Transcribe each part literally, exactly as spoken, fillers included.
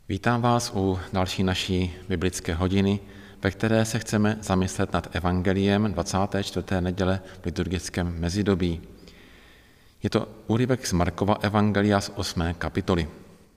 Vítám vás u další naší biblické hodiny, ve které se chceme zamyslet nad evangeliem dvacáté čtvrté neděle v liturgickém mezidobí. Je to úryvek z Markova evangelia z osmé kapitoly.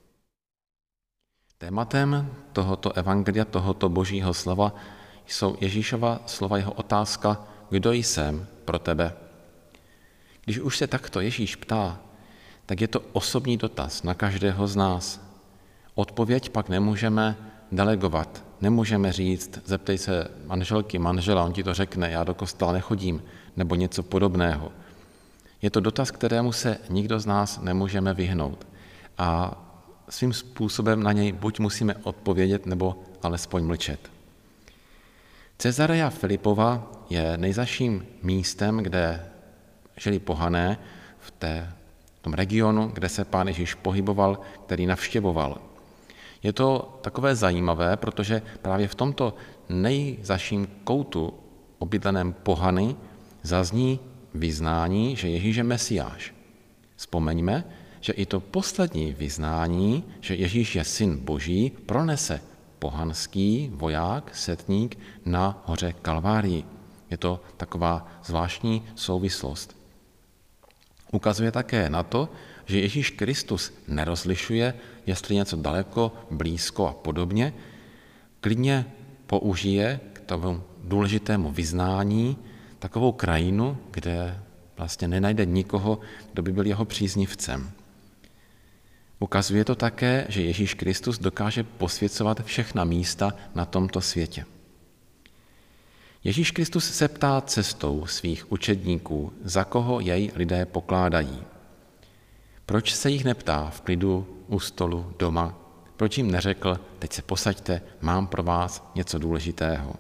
Tématem tohoto evangelia, tohoto božího slova, jsou Ježíšova slova, jeho otázka, kdo jsem pro tebe. Když už se takto Ježíš ptá, tak je to osobní dotaz na každého z nás. Odpověď pak nemůžeme delegovat, nemůžeme říct, zeptej se manželky, manžela, on ti to řekne, já do kostela nechodím, nebo něco podobného. Je to dotaz, kterému se nikdo z nás nemůžeme vyhnout a svým způsobem na něj buď musíme odpovědět, nebo alespoň mlčet. Cezarea Filipova je nejzazším místem, kde žili pohané v, té, v tom regionu, kde se Pán Ježíš pohyboval, který navštěvoval. Je to takové zajímavé, protože právě v tomto nejzazším koutu obydleném pohany zazní vyznání, že Ježíš je Mesiáš. Vzpomeňme, že i to poslední vyznání, že Ježíš je syn Boží, pronese pohanský voják, setník na hoře Kalvárii. Je to taková zvláštní souvislost. Ukazuje také na to, že Ježíš Kristus nerozlišuje, jestli něco daleko, blízko a podobně, klidně použije k tomu důležitému vyznání takovou krajinu, kde vlastně nenajde nikoho, kdo by byl jeho příznivcem. Ukazuje to také, že Ježíš Kristus dokáže posvěcovat všechna místa na tomto světě. Ježíš Kristus se ptá cestou svých učedníků, za koho jej lidé pokládají. Proč se jich neptá v klidu u stolu doma? Proč jim neřekl, teď se posaďte, mám pro vás něco důležitého?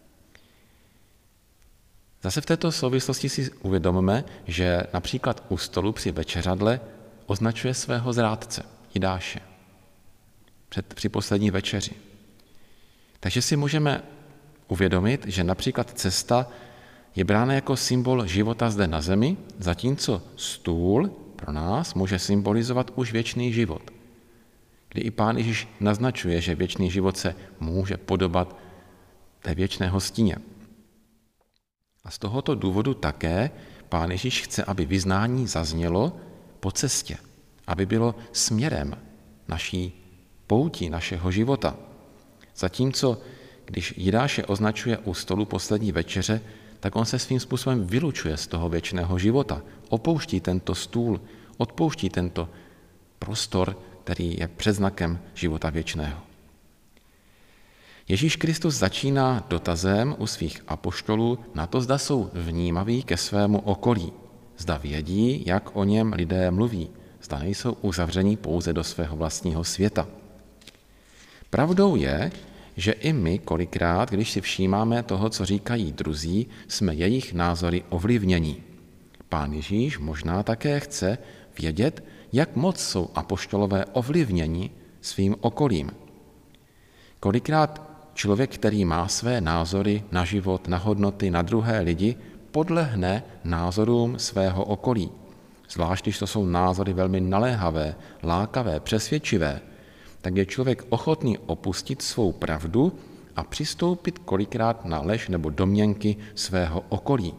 Zase v této souvislosti si uvědomme, že například u stolu při večeřadle označuje svého zrádce, Jidáše, před, při poslední večeři. Takže si můžeme uvědomit, že například cesta je brána jako symbol života zde na zemi, zatímco stůl pro nás může symbolizovat už věčný život, kdy i Pán Ježíš naznačuje, že věčný život se může podobat té věčné hostině. A z tohoto důvodu také Pán Ježíš chce, aby vyznání zaznělo po cestě, aby bylo směrem naší pouti, našeho života. Zatímco, když Jidáše označuje u stolu poslední večeře, tak on se svým způsobem vylučuje z toho věčného života, opouští tento stůl, odpouští tento prostor, který je předznakem života věčného. Ježíš Kristus začíná dotazem u svých apoštolů na to, zda jsou vnímaví ke svému okolí, zda vědí, jak o něm lidé mluví, zda nejsou uzavření pouze do svého vlastního světa. Pravdou je, že i my kolikrát, když si všímáme toho, co říkají druzí, jsme jejich názory ovlivnění. Pán Ježíš možná také chce vědět, jak moc jsou apoštolové ovlivněni svým okolím. Kolikrát člověk, který má své názory na život, na hodnoty, na druhé lidi, podlehne názorům svého okolí. Zvlášť, když to jsou názory velmi naléhavé, lákavé, přesvědčivé, tak je člověk ochotný opustit svou pravdu a přistoupit kolikrát na lež nebo domněnky svého okolí.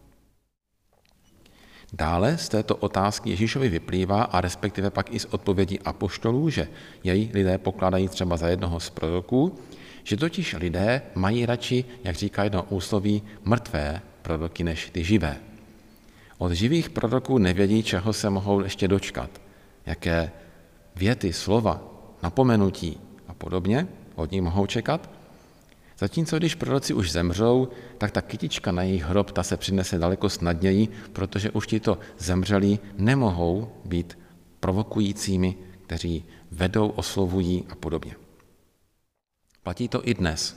Dále z této otázky Ježíšovi vyplývá, a respektive pak i z odpovědí apoštolů, že jej lidé pokládají třeba za jednoho z proroků, že totiž lidé mají radši, jak říká jedno úsloví, mrtvé proroky než ty živé. Od živých proroků nevědí, čeho se mohou ještě dočkat, jaké věty, slova, napomenutí a podobně od nich mohou čekat. Zatímco když proroci už zemřou, tak ta kytička na jejich hrob ta se přinese daleko snadněji, protože už tito zemřelí nemohou být provokujícími, kteří vedou, oslovují a podobně. Platí to i dnes.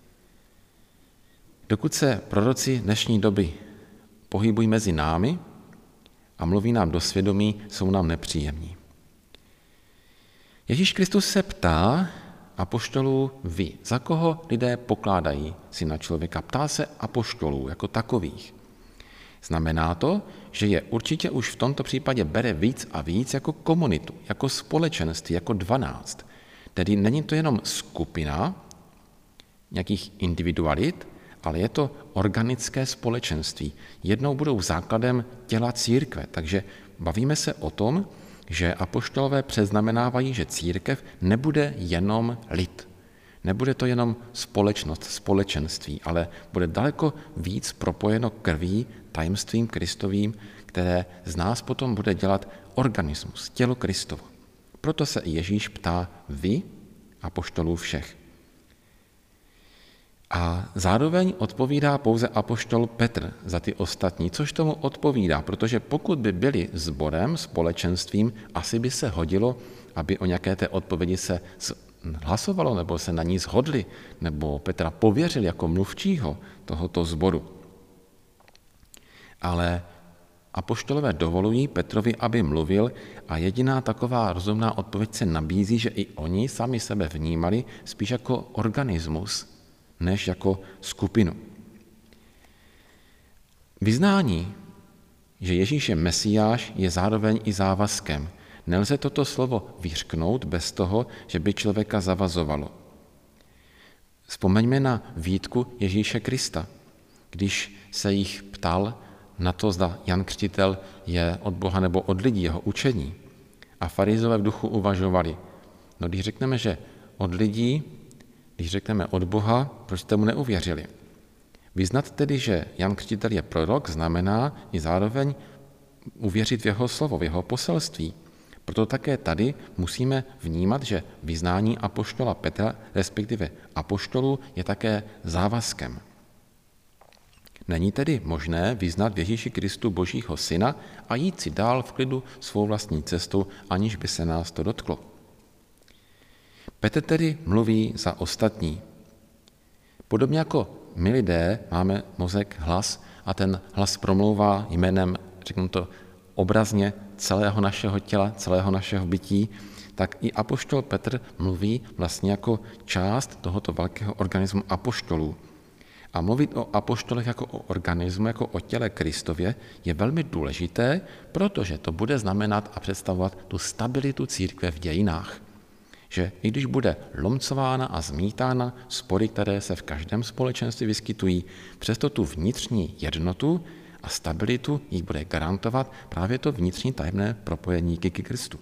Dokud se proroci dnešní doby pohybují mezi námi a mluví nám do svědomí, jsou nám nepříjemní. Ježíš Kristus se ptá apoštolů vy, za koho lidé pokládají syna člověka. Ptá se apoštolů jako takových. Znamená to, že je určitě už v tomto případě bere víc a víc jako komunitu, jako společenství, jako dvanáct. Tedy není to jenom skupina nějakých individualit, ale je to organické společenství. Jednou budou základem těla církve, takže bavíme se o tom, že apoštolové předznamenávají, že církev nebude jenom lid. Nebude to jenom společnost, společenství, ale bude daleko víc propojeno krví, tajemstvím Kristovým, které z nás potom bude dělat organismus, tělo Kristovo. Proto se Ježíš ptá vy, apoštolů všech. A zároveň odpovídá pouze apoštol Petr za ty ostatní, což tomu odpovídá, protože pokud by byli sborem, společenstvím, asi by se hodilo, aby o nějaké té odpovědi se hlasovalo, nebo se na ní shodli, nebo Petra pověřil jako mluvčího tohoto sboru. Ale apoštolové dovolují Petrovi, aby mluvil, a jediná taková rozumná odpověď se nabízí, že i oni sami sebe vnímali spíš jako organismus, než jako skupinu. Vyznání, že Ježíš je Mesiáš, je zároveň i závazkem. Nelze toto slovo vyřknout bez toho, že by člověka zavazovalo. Vzpomeňme na výtku Ježíše Krista, když se jich ptal na to, zda Jan Křtitel je od Boha nebo od lidí, jeho učení. A farizové v duchu uvažovali, no když řekneme, že od lidí, když řekneme od Boha, proč jste mu neuvěřili? Vyznat tedy, že Jan Křtitel je prorok, znamená i zároveň uvěřit v jeho slovo, v jeho poselství. Proto také tady musíme vnímat, že vyznání apoštola Petra, respektive apoštolů, je také závazkem. Není tedy možné vyznat v Ježíši Kristu Božího Syna a jít si dál v klidu svou vlastní cestou, aniž by se nás to dotklo. Petr tedy mluví za ostatní. Podobně jako my lidé máme mozek, hlas a ten hlas promlouvá jménem, řeknu to obrazně, celého našeho těla, celého našeho bytí, tak i apoštol Petr mluví vlastně jako část tohoto velkého organismu apoštolů. A mluvit o apoštolech jako o organismu, jako o těle Kristově, je velmi důležité, protože to bude znamenat a představovat tu stabilitu církve v dějinách. Že i když bude lomcována a zmítána spory, které se v každém společenství vyskytují, přesto tu vnitřní jednotu a stabilitu jí bude garantovat právě to vnitřní tajemné propojení ke Kristu.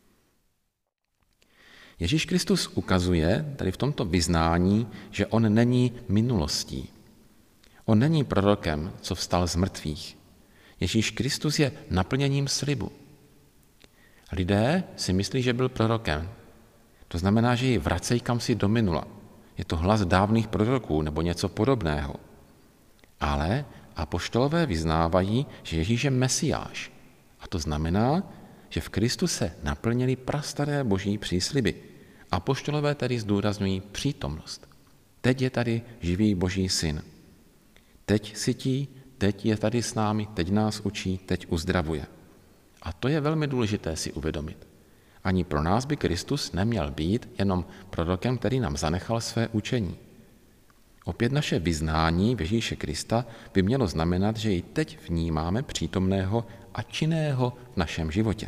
Ježíš Kristus ukazuje tady v tomto vyznání, že on není minulostí. On není prorokem, co vstal z mrtvých. Ježíš Kristus je naplněním slibu. Lidé si myslí, že byl prorokem. To znamená, že ji vracejí kamsi do minula. Je to hlas dávných proroků nebo něco podobného. Ale apoštolové vyznávají, že Ježíš je Mesiáš. A to znamená, že v Kristu se naplnily prastaré boží přísliby. Apoštolové tedy zdůrazňují přítomnost. Teď je tady živý Boží syn. Teď sytí, teď je tady s námi, teď nás učí, teď uzdravuje. A to je velmi důležité si uvědomit. Ani pro nás by Kristus neměl být jenom prorokem, který nám zanechal své učení. Opět naše vyznání v Ježíše Krista by mělo znamenat, že i teď vnímáme přítomného a činného v našem životě.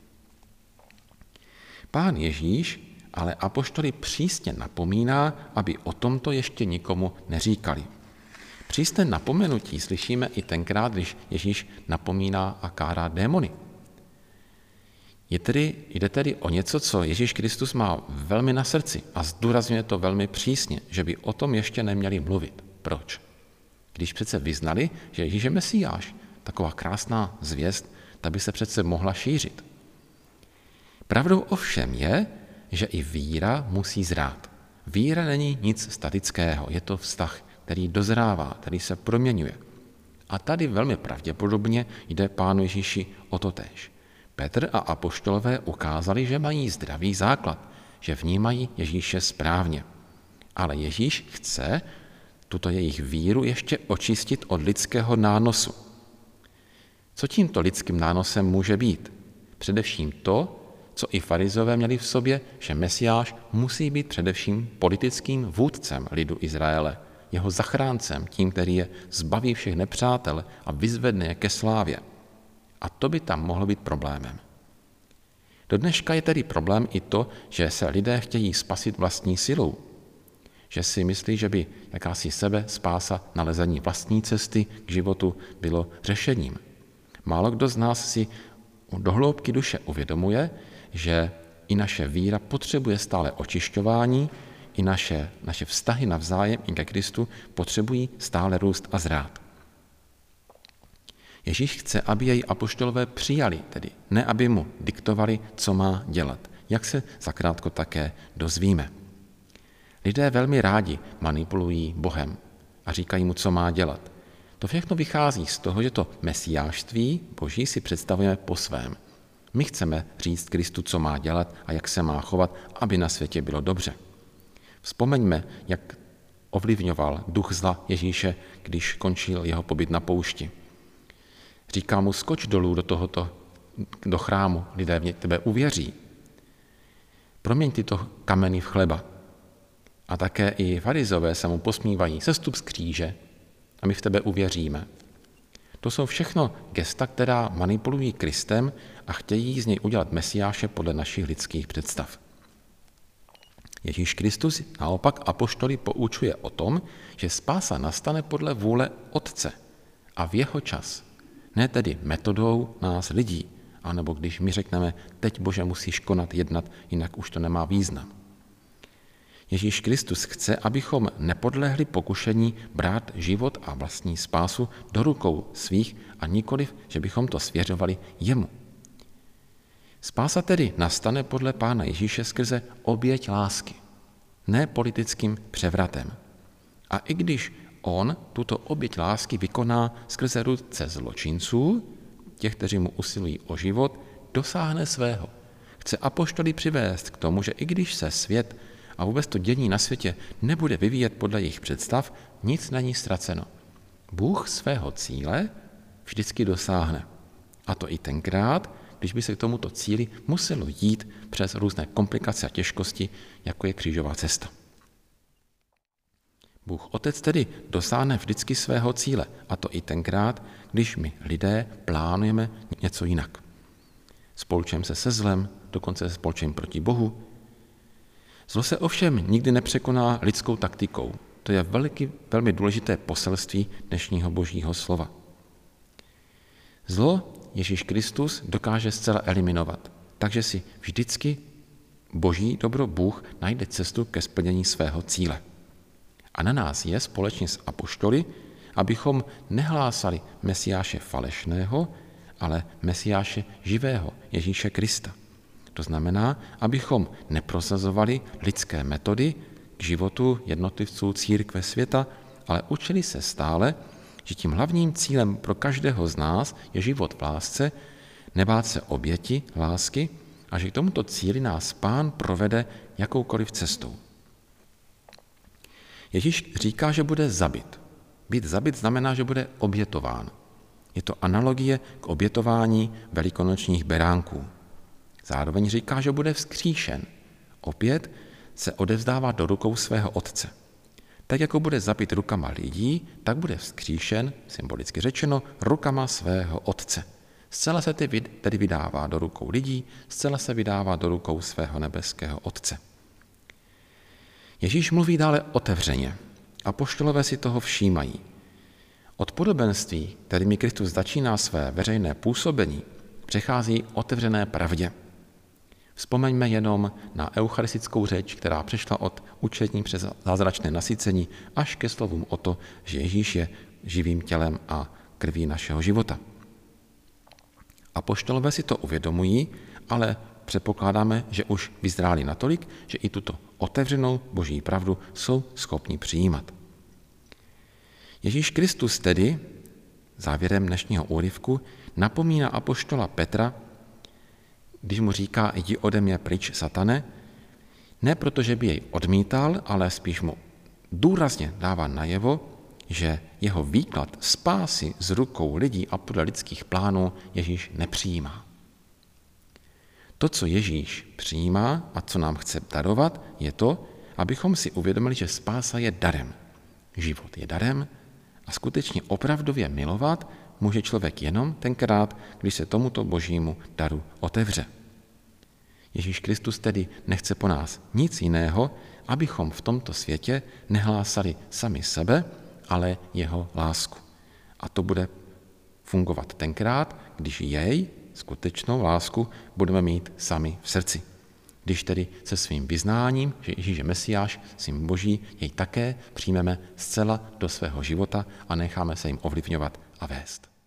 Pán Ježíš ale apoštoly přísně napomíná, aby o tomto ještě nikomu neříkali. Přísné napomenutí slyšíme i tenkrát, když Ježíš napomíná a kárá démony. Je tedy, jde tedy o něco, co Ježíš Kristus má velmi na srdci a zdůrazňuje to velmi přísně, že by o tom ještě neměli mluvit. Proč? Když přece vyznali, že Ježíš je Mesiáš, taková krásná zvěst, ta by se přece mohla šířit. Pravdou ovšem je, že i víra musí zrát. Víra není nic statického, je to vztah, který dozrává, který se proměňuje. A tady velmi pravděpodobně jde Pánu Ježíši o to též. Petr a apoštolové ukázali, že mají zdravý základ, že vnímají Ježíše správně. Ale Ježíš chce tuto jejich víru ještě očistit od lidského nánosu. Co tímto lidským nánosem může být? Především to, co i farizové měli v sobě, že Mesiáš musí být především politickým vůdcem lidu Izraele, jeho zachráncem, tím, který je zbaví všech nepřátel a vyzvedne je ke slávě. A to by tam mohlo být problémem. Do dneška je tedy problém i to, že se lidé chtějí spasit vlastní silou, že si myslí, že by jakási sebe spása, nalezení vlastní cesty k životu bylo řešením. Málo kdo z nás si do hloubky duše uvědomuje, že i naše víra potřebuje stále očišťování, i naše, naše vztahy navzájem i ke Kristu potřebují stále růst a zrát. Ježíš chce, aby jej apoštolové přijali, tedy ne aby mu diktovali, co má dělat, jak se zakrátko také dozvíme. Lidé velmi rádi manipulují Bohem a říkají mu, co má dělat. To všechno vychází z toho, že to mesiášství Boží si představujeme po svém. My chceme říct Kristu, co má dělat a jak se má chovat, aby na světě bylo dobře. Vzpomeňme, jak ovlivňoval duch zla Ježíše, když končil jeho pobyt na poušti. Říká mu, skoč dolů do tohoto, do chrámu, lidé v tebe uvěří. Proměň tyto kameny v chleba. A také i farizové se mu posmívají, sestup z kříže a my v tebe uvěříme. To jsou všechno gesta, která manipulují Kristem a chtějí z něj udělat mesiáše podle našich lidských představ. Ježíš Kristus naopak apoštoly poučuje o tom, že spása nastane podle vůle Otce a v jeho čas. Ne tedy metodou nás lidí, anebo když my řekneme, teď Bože musíš konat, jednat, jinak už to nemá význam. Ježíš Kristus chce, abychom nepodlehli pokušení brát život a vlastní spásu do rukou svých a nikoliv, že bychom to svěřovali jemu. Spása tedy nastane podle Pána Ježíše skrze oběť lásky, ne politickým převratem. A i když on tuto oběť lásky vykoná skrze ruce zločinců, těch, kteří mu usilují o život, dosáhne svého. Chce apoštoly přivést k tomu, že i když se svět a vůbec to dění na světě nebude vyvíjet podle jejich představ, nic není ztraceno. Bůh svého cíle vždycky dosáhne. A to i tenkrát, když by se k tomuto cíli muselo jít přes různé komplikace a těžkosti, jako je křížová cesta. Bůh Otec tedy dosáhne vždycky svého cíle, a to i tenkrát, když my lidé plánujeme něco jinak. Spolčujeme se se zlem, dokonce se spolčujeme proti Bohu. Zlo se ovšem nikdy nepřekoná lidskou taktikou. To je velký, velmi důležité poselství dnešního Božího slova. Zlo Ježíš Kristus dokáže zcela eliminovat, takže si vždycky Boží dobro Bůh najde cestu ke splnění svého cíle. A na nás je společně s apoštoly, abychom nehlásali Mesiáše falešného, ale Mesiáše živého, Ježíše Krista. To znamená, abychom neprosazovali lidské metody k životu jednotlivců církve světa, ale učili se stále, že tím hlavním cílem pro každého z nás je život v lásce, nebát se oběti lásky a že k tomuto cíli nás Pán provede jakoukoliv cestou. Ježíš říká, že bude zabit. Být zabit znamená, že bude obětován. Je to analogie k obětování velikonočních beránků. Zároveň říká, že bude vzkříšen. Opět se odevzdává do rukou svého Otce. Tak jako bude zabit rukama lidí, tak bude vzkříšen, symbolicky řečeno, rukama svého Otce. Zcela se tedy vydává do rukou lidí, zcela se vydává do rukou svého nebeského Otce. Ježíš mluví dále otevřeně. Apoštolové si toho všímají. Od podobenství, kterými Kristus začíná své veřejné působení, přechází otevřené pravdě. Vzpomeňme jenom na eucharistickou řeč, která přešla od učení přes zázračné nasycení až ke slovům o to, že Ježíš je živým tělem a krví našeho života. Apoštolové si to uvědomují, ale předpokládáme, že už vyzráli natolik, že i tuto otevřenou Boží pravdu jsou schopni přijímat. Ježíš Kristus tedy, závěrem dnešního úryvku, napomíná apoštola Petra, když mu říká, jdi ode mě pryč, satane, ne proto, že by jej odmítal, ale spíš mu důrazně dává najevo, že jeho výklad spásy z rukou lidí a podle lidských plánů Ježíš nepřijímá. To, co Ježíš přijímá a co nám chce darovat, je to, abychom si uvědomili, že spása je darem. Život je darem a skutečně opravdově milovat může člověk jenom tenkrát, když se tomuto Božímu daru otevře. Ježíš Kristus tedy nechce po nás nic jiného, abychom v tomto světě nehlásali sami sebe, ale jeho lásku. A to bude fungovat tenkrát, když jej, skutečnou lásku, budeme mít sami v srdci. Když tedy se svým vyznáním, že Ježíš je Mesiáš, syn Boží, jej také přijmeme zcela do svého života a necháme se jim ovlivňovat a vést.